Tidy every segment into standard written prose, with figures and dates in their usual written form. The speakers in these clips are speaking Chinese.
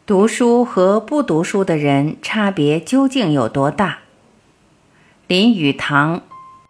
读书和不读书的人差别究竟有多大？林语堂。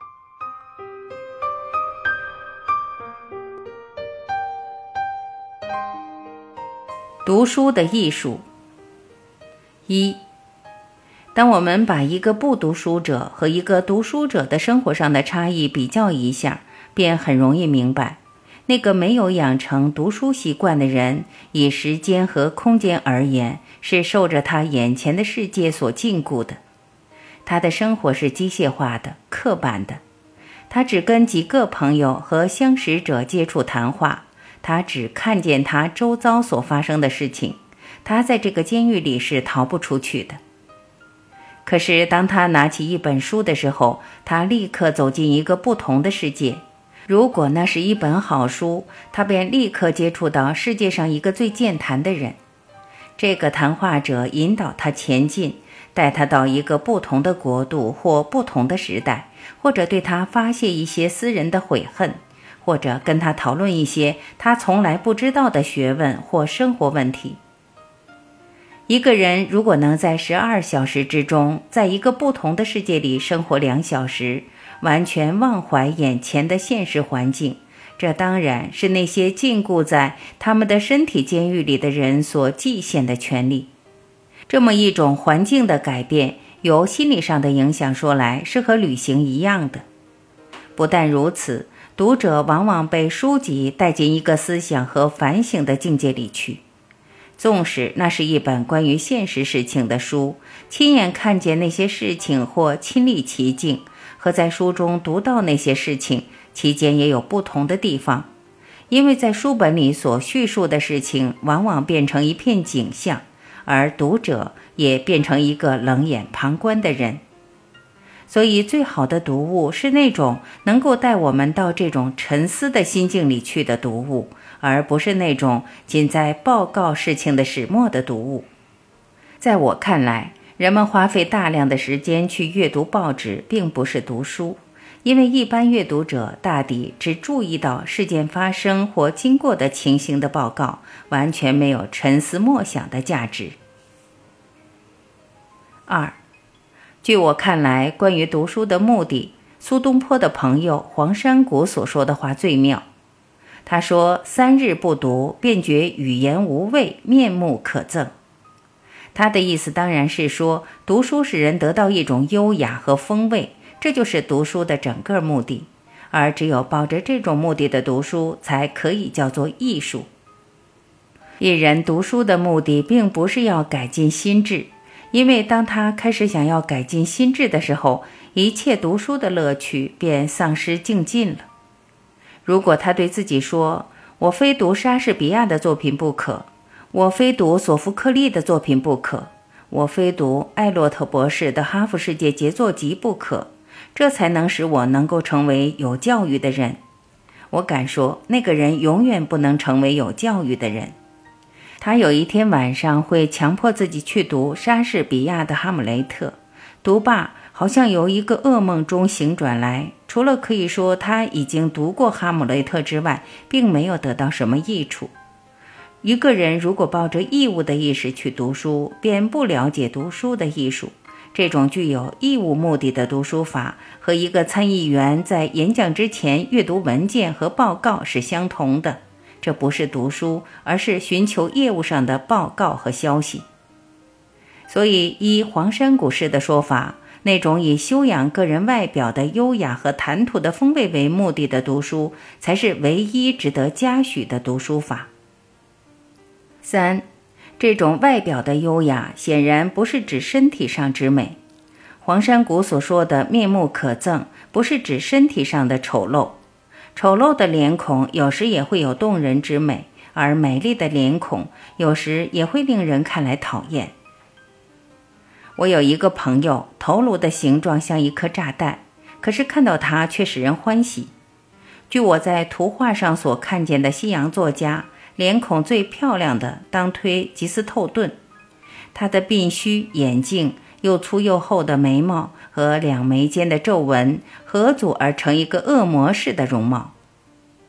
读书的艺术。一，当我们把一个不读书者和一个读书者的生活上的差异比较一下，便很容易明白，那个没有养成读书习惯的人，以时间和空间而言，是受着他眼前的世界所禁锢的。他的生活是机械化的、刻板的。他只跟几个朋友和相识者接触谈话，他只看见他周遭所发生的事情。他在这个监狱里是逃不出去的。可是当他拿起一本书的时候，他立刻走进一个不同的世界。如果那是一本好书，他便立刻接触到世界上一个最健谈的人。这个谈话者引导他前进，带他到一个不同的国度或不同的时代，或者对他发泄一些私人的悔恨，或者跟他讨论一些他从来不知道的学问或生活问题。一个人如果能在12小时之中，在一个不同的世界里生活2小时，完全忘怀眼前的现实环境，这当然是那些禁锢在他们的身体监狱里的人所祭献的权利。这么一种环境的改变，由心理上的影响说来，是和旅行一样的。不但如此，读者往往被书籍带进一个思想和反省的境界里去。纵使那是一本关于现实事情的书，亲眼看见那些事情或亲历其境，和在书中读到那些事情，其间也有不同的地方。因为在书本里所叙述的事情往往变成一片景象，而读者也变成一个冷眼旁观的人。所以最好的读物是那种能够带我们到这种沉思的心境里去的读物，而不是那种仅在报告事情的始末的读物。在我看来，人们花费大量的时间去阅读报纸，并不是读书，因为一般阅读者大抵只注意到事件发生或经过的情形的报告，完全没有沉思默想的价值。2，据我看来，关于读书的目的，苏东坡的朋友黄山谷所说的话最妙。他说：“3日不读，便觉语言无味，面目可憎。”他的意思当然是说，读书使人得到一种优雅和风味，这就是读书的整个目的，而只有抱着这种目的的读书，才可以叫做艺术。一人读书的目的并不是要改进心智，因为当他开始想要改进心智的时候，一切读书的乐趣便丧失尽尽了。如果他对自己说，我非读莎士比亚的作品不可，我非读索福克利的作品不可，我非读艾洛特博士的哈佛世界杰作集不可，这才能使我能够成为有教育的人。我敢说，那个人永远不能成为有教育的人。他有一天晚上会强迫自己去读莎士比亚的哈姆雷特，读罢好像由一个噩梦中醒转来，除了可以说他已经读过哈姆雷特之外，并没有得到什么益处。一个人如果抱着义务的意识去读书，便不了解读书的艺术。这种具有义务目的的读书法，和一个参议员在演讲之前阅读文件和报告是相同的。这不是读书，而是寻求业务上的报告和消息。所以依黄山谷式的说法，那种以修养个人外表的优雅和谈吐的风味为目的的读书，才是唯一值得嘉许的读书法。3，这种外表的优雅显然不是指身体上之美。黄山谷所说的面目可憎，不是指身体上的丑陋。丑陋的脸孔有时也会有动人之美，而美丽的脸孔有时也会令人看来讨厌。我有一个朋友，头颅的形状像一颗炸弹，可是看到他却使人欢喜。据我在图画上所看见的西洋作家，脸孔最漂亮的当推吉斯透顿。他的鬓须、眼镜、又粗又厚的眉毛和两眉间的皱纹合组而成一个恶魔式的容貌。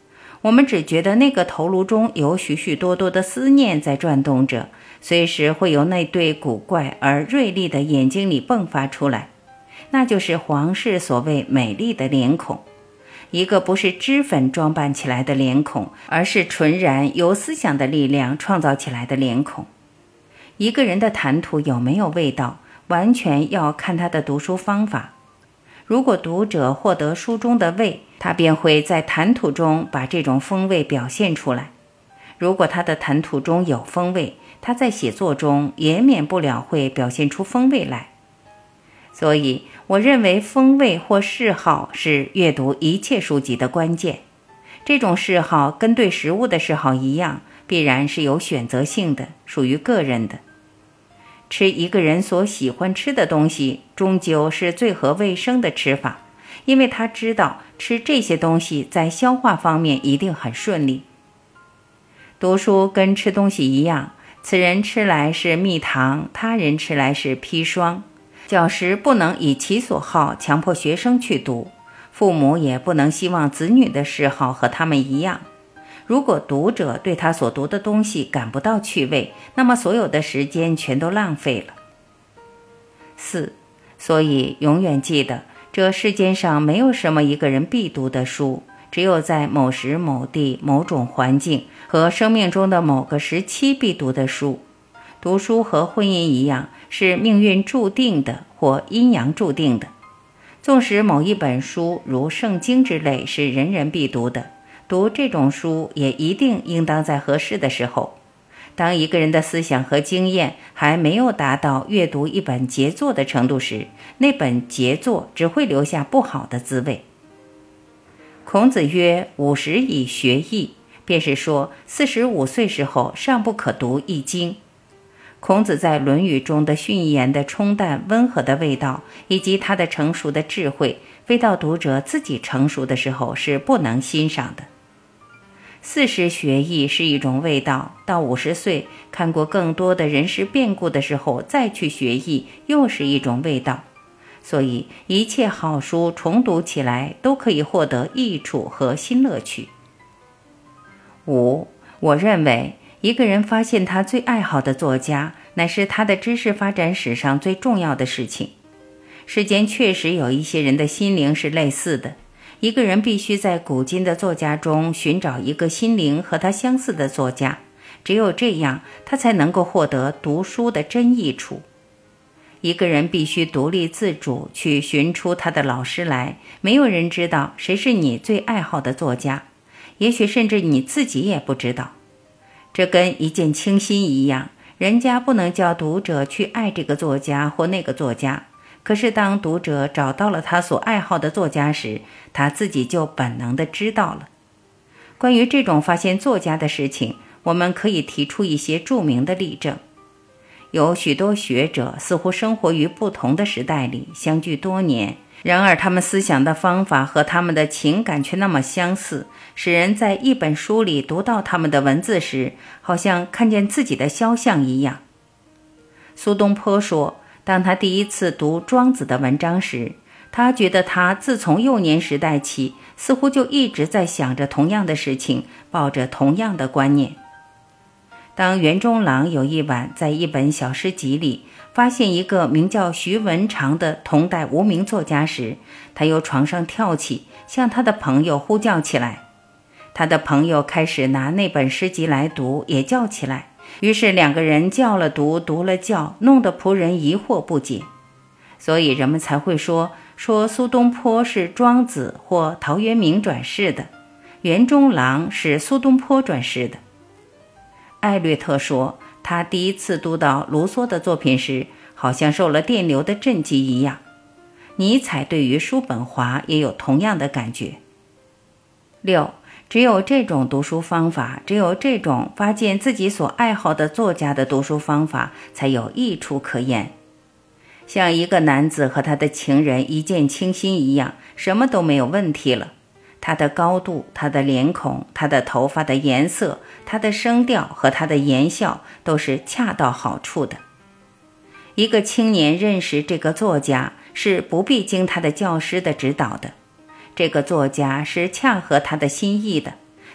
我们只觉得那个头颅中有许许多多的思念在转动着，随时会由那对古怪而锐利的眼睛里迸发出来，那就是皇室所谓美丽的脸孔，一个不是脂粉装扮起来的脸孔，而是纯然由思想的力量创造起来的脸孔。一个人的谈吐有没有味道，完全要看他的读书方法。如果读者获得书中的味，他便会在谈吐中把这种风味表现出来。如果他的谈吐中有风味，他在写作中也免不了会表现出风味来。所以我认为风味或嗜好是阅读一切书籍的关键。这种嗜好跟对食物的嗜好一样，必然是有选择性的，属于个人的。吃一个人所喜欢吃的东西，终究是最合卫生的吃法，因为他知道吃这些东西在消化方面一定很顺利。读书跟吃东西一样，此人吃来是蜜糖，他人吃来是砒霜。教师不能以其所好强迫学生去读，父母也不能希望子女的嗜好和他们一样。如果读者对他所读的东西感不到趣味，那么所有的时间全都浪费了。4. 所以永远记得，这世间上没有什么一个人必读的书，只有在某时某地某种环境和生命中的某个时期必读的书。读书和婚姻一样，是命运注定的或阴阳注定的。纵使某一本书如圣经之类是人人必读的，读这种书也一定应当在合适的时候。当一个人的思想和经验还没有达到阅读一本杰作的程度时，那本杰作只会留下不好的滋味。孔子曰：“50以学艺”，便是说45岁时候尚不可读易经。孔子在《论语》中的训言的冲淡温和的味道，以及他的成熟的智慧，非到读者自己成熟的时候是不能欣赏的。40学艺是一种味道，到50岁看过更多的人事变故的时候再去学艺，又是一种味道。所以一切好书重读起来都可以获得益处和新乐趣。5. 我认为一个人发现他最爱好的作家，乃是他的知识发展史上最重要的事情。世间确实有一些人的心灵是类似的，一个人必须在古今的作家中寻找一个心灵和他相似的作家，只有这样，他才能够获得读书的真益处。一个人必须独立自主去寻出他的老师来，没有人知道谁是你最爱好的作家，也许甚至你自己也不知道。这跟一见倾心一样，人家不能叫读者去爱这个作家或那个作家，可是当读者找到了他所爱好的作家时，他自己就本能地知道了。关于这种发现作家的事情，我们可以提出一些著名的例证。有许多学者似乎生活于不同的时代里，相距多年，然而他们思想的方法和他们的情感却那么相似，使人在一本书里读到他们的文字时，好像看见自己的肖像一样。苏东坡说，当他第一次读庄子的文章时，他觉得他自从幼年时代起，似乎就一直在想着同样的事情，抱着同样的观念。当袁中郎有一晚在一本小诗集里发现一个名叫徐文长的同代无名作家时，他由床上跳起，向他的朋友呼叫起来。他的朋友开始拿那本诗集来读，也叫起来，于是两个人叫了读，读了叫，弄得仆人疑惑不解。所以人们才会说苏东坡是庄子或陶渊明转世的，袁中郎是苏东坡转世的。艾略特说，他第一次读到卢梭的作品时，好像受了电流的震击一样。尼采对于叔本华也有同样的感觉。6. 只有这种读书方法，只有这种发现自己所爱好的作家的读书方法，才有益处可言。像一个男子和他的情人一见倾心一样，什么都没有问题了。他的高度，他的脸孔，他的头发的颜色，他的声调和他的言笑都是恰到好处的。一个青年认识这个作家是不必经他的教师的指导的，这个作家是恰合他的心意的，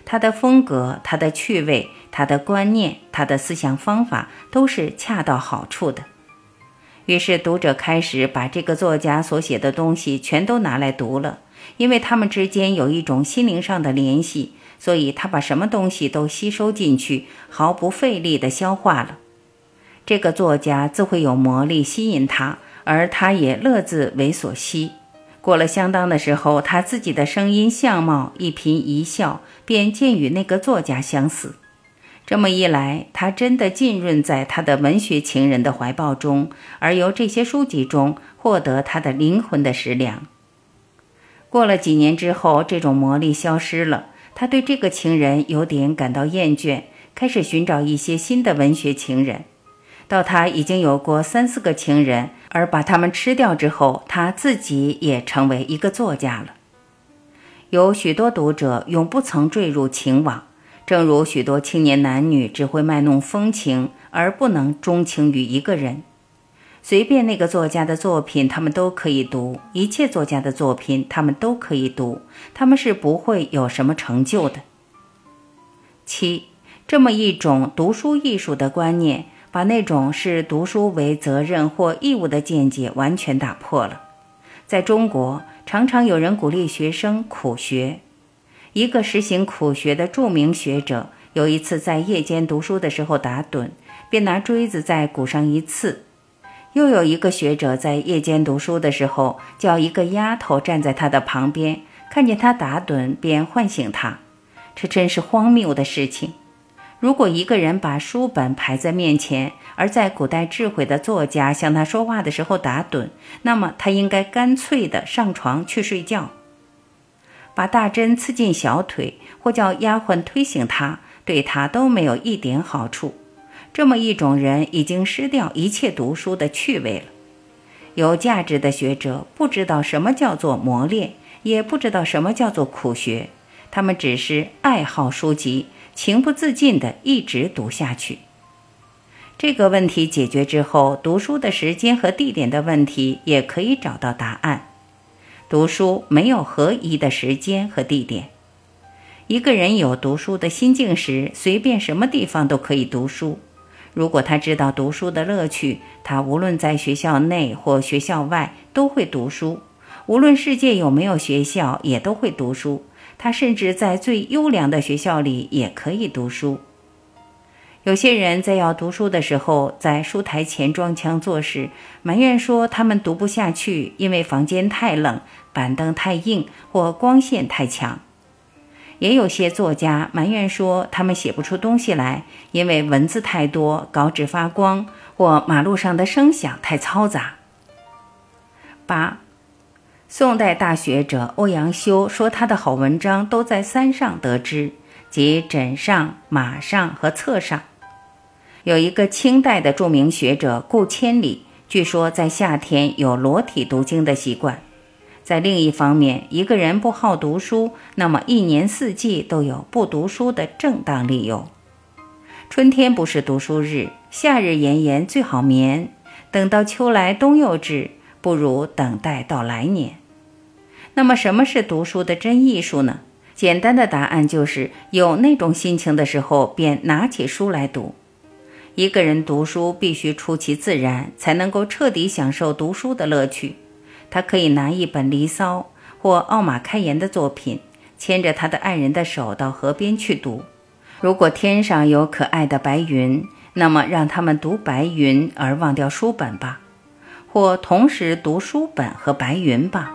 他的风格、他的趣味、他的观念、他的思想方法都是恰到好处的。于是读者开始把这个作家所写的东西全都拿来读了，因为他们之间有一种心灵上的联系，所以他把什么东西都吸收进去，毫不费力地消化了。这个作家自会有魔力吸引他，而他也乐自为所吸。过了相当的时候，他自己的声音相貌一颦一笑便渐与那个作家相似。这么一来，他真的浸润在他的文学情人的怀抱中，而由这些书籍中获得他的灵魂的食粮。过了几年之后，这种魔力消失了，他对这个情人有点感到厌倦，开始寻找一些新的文学情人。到他已经有过3-4个情人，而把他们吃掉之后，他自己也成为一个作家了。有许多读者永不曾坠入情网，正如许多青年男女只会卖弄风情，而不能钟情于一个人。随便那个作家的作品他们都可以读，一切作家的作品他们都可以读，他们是不会有什么成就的。7. 这么一种读书艺术的观念，把那种视读书为责任或义务的见解完全打破了。在中国，常常有人鼓励学生苦学。一个实行苦学的著名学者，有一次在夜间读书的时候打盹，便拿锥子在骨上一刺。又有一个学者在夜间读书的时候，叫一个丫头站在他的旁边，看见他打盹便唤醒他。这真是荒谬的事情。如果一个人把书本排在面前，而在古代智慧的作家向他说话的时候打盹，那么他应该干脆地上床去睡觉。把大针刺进小腿，或叫丫鬟推醒他，对他都没有一点好处。这么一种人已经失掉一切读书的趣味了。有价值的学者不知道什么叫做磨练，也不知道什么叫做苦学，他们只是爱好书籍，情不自禁地一直读下去。这个问题解决之后，读书的时间和地点的问题也可以找到答案。读书没有合宜的时间和地点。一个人有读书的心境时，随便什么地方都可以读书。如果他知道读书的乐趣，他无论在学校内或学校外都会读书，无论世界有没有学校也都会读书，他甚至在最优良的学校里也可以读书。有些人在要读书的时候，在书台前装腔作势，埋怨说他们读不下去，因为房间太冷，板凳太硬，或光线太强。也有些作家埋怨说他们写不出东西来，因为文字太多，稿纸发光，或马路上的声响太嘈杂。8. 宋代大学者欧阳修说他的好文章都在3上得知，即枕上、马上和侧上。有一个清代的著名学者顾千里，据说在夏天有裸体读经的习惯。在另一方面，一个人不好读书，那么一年四季都有不读书的正当理由。春天不是读书日，夏日炎炎最好眠，等到秋来冬又至，不如等待到来年。那么什么是读书的真艺术呢？简单的答案就是有那种心情的时候，便拿起书来读。一个人读书必须出其自然，才能够彻底享受读书的乐趣。他可以拿一本《离骚》或傲马开言的作品，牵着他的爱人的手到河边去读。如果天上有可爱的白云，那么让他们读白云而忘掉书本吧，或同时读书本和白云吧。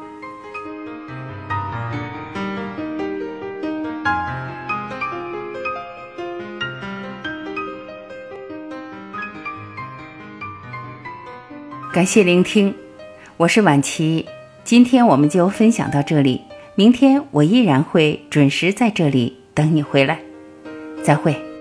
感谢聆听，我是婉琪，今天我们就分享到这里，明天我依然会准时在这里等你回来，再会。